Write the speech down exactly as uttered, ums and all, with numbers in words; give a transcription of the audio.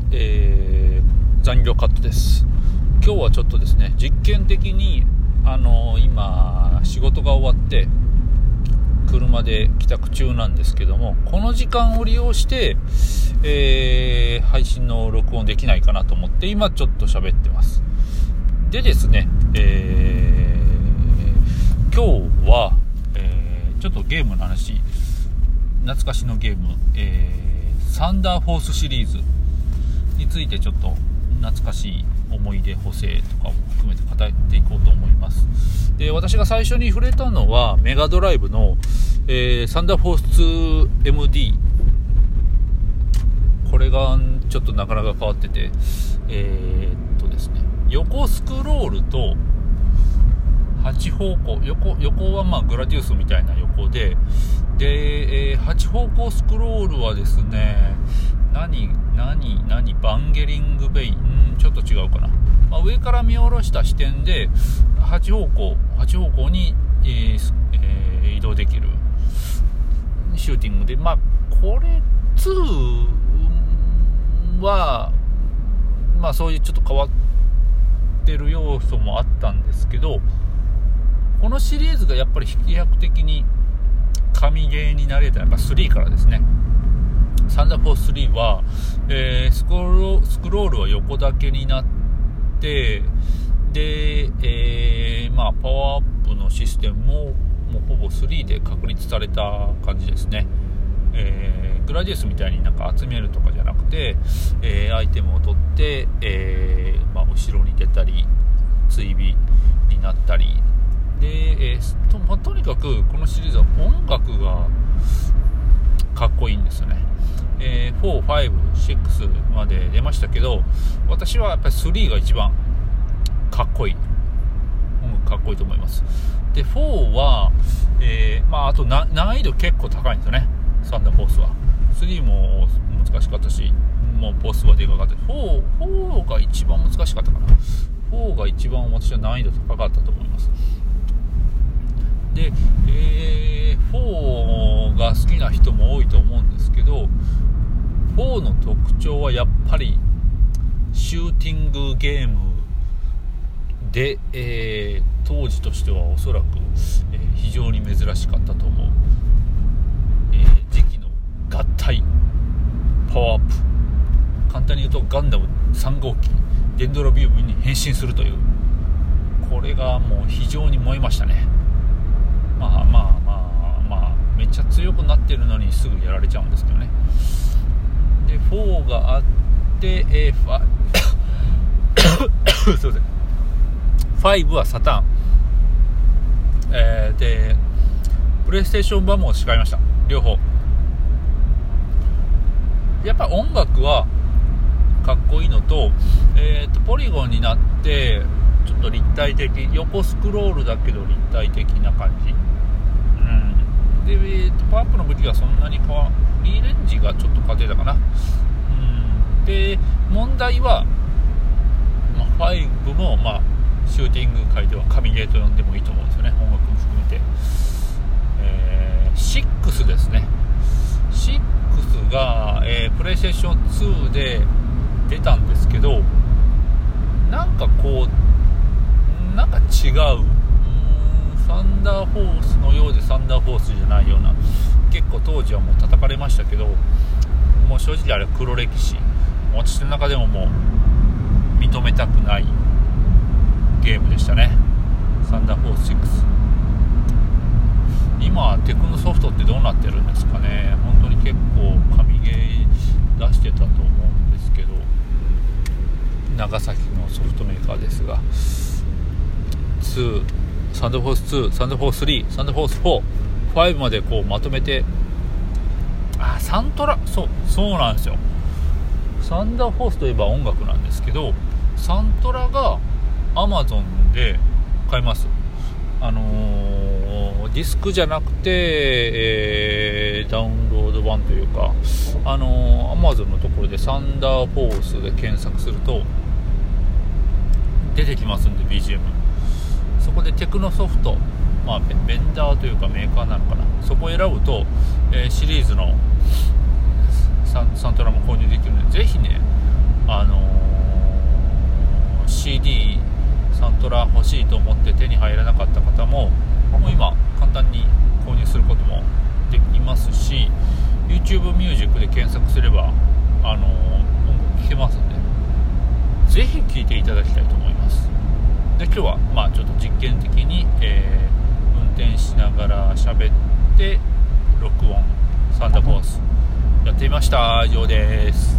えー、残業カットです。今日はちょっとですね、実験的にあのー、今仕事が終わって車で帰宅中なんですけども、この時間を利用して、えー、配信の録音できないかなと思って今ちょっと喋ってます。でですね、えー、今日は、えー、ちょっとゲームの話、懐かしのゲーム、えー、サンダーフォースシリーズについてちょっと懐かしい思い出補正とかも含めて語っていこうと思います。で、私が最初に触れたのはメガドライブの、えー、サンダーフォース ツーエムディー、 これがちょっとなかなか変わってて、えー、っとですね横スクロールとはち方向、横横はまあグラディウスみたいな横で、で、えー、はち方向スクロールはですね、何何何バンゲリングベイ、んちょっと違うかな、まあ、上から見下ろした視点ではち方向はち方向に、えーえー、移動できるシューティングで、まあこれツーはまあそういうちょっと変わってる要素もあったんですけど、このシリーズがやっぱり飛躍的に神ゲーになれたのはやっぱスリーからですね。サンダーフォーススリーは、えー、スクロール、スクロールは横だけになって、で、えー、まあパワーアップのシステムももうほぼスリーで確立された感じですね。えー、グラディウスみたいになんか集めるとかじゃなくて、えー、アイテムを取って、えーまあ、後ろに出たり追尾になったりで、えー と, まあ、とにかくこのシリーズは音楽がかっこいいんですよね。えー、フォー、ファイブ、シックスまで出ましたけど、私はやっぱりスリーが一番かっこいい、音楽かっこいいと思います。で、フォーは、えー、まああとな難易度結構高いんですよね、サンダーフォースは。スリーも難しかったし、もうボスはでかかった。フォー、フォーが一番難しかったかな。フォーが一番私は難易度高かったと思います。で、えー、フォーが好きな人も多いと思うんですけど、フォーの特徴はやっぱりシューティングゲームで、えー、当時としてはおそらく、えー、非常に珍しかったと思う、えー、時期の合体パワーアップ、簡単に言うとガンダムさん号機デンドロビウムに変身するという、これがもう非常に燃えましたね。まあまあまあまあめっちゃ強くなってるのにすぐやられちゃうんですけどね。でフォーがあって、えー、ファすいませんファイブはサターン、えー、でプレイステーション版も使いました、両方。やっぱ音楽はかっこいいのと、えーとポリゴンになってちょっと立体的、横スクロールだけど立体的な感じ、うん、で、えーとパワーアップの武器がそんなに変わリーレンジがちょっと勝てたかな、うん、で問題は、まあ、ファイブも、まあ、シューティング界では神ゲーと呼んでもいいと思うんですよね、音楽も含めて。えー、シックスですね。シックスが、えー、プレイステーションツーで出たんですけど、なんかこうなんか違う、うーんサンダーフォースのようでサンダーフォースじゃないような、結構当時はもう叩かれましたけど、もう正直あれは黒歴史、私の中でももう認めたくないゲームでしたね、サンダーフォースシックス。今テクノソフトってどうなってるんですかね。本当に結構神ゲー出してたと思うんですけど、長崎のソフトメーカーですが、ツー、サンダーフォースツー、サンダーフォーススリー、サンダーフォースフォー、ファイブまでこうまとめて、あ、サントラ、そうそうなんですよ。サンダーフォースといえば音楽なんですけど、サントラが Amazon で買えます。あのー、ディスクじゃなくて、えー、ダウンロード版というか、あのー、Amazon のところでサンダーフォースで検索すると出てきますんで ビージーエム、 そこでテクノソフト、まあ、ベンダーというかメーカーなのかな、そこを選ぶと、えー、シリーズのサン、サントラも購入できるので、ぜひねトラ欲しいと思って手に入らなかった方も、もう今簡単に購入することもできますし、 YouTube ミュージックで検索すればあの音楽聴けますんで、ぜひ聴いていただきたいと思います。で今日はまあちょっと実験的に、えー、運転しながら喋って録音サンタコースやってみました。以上です。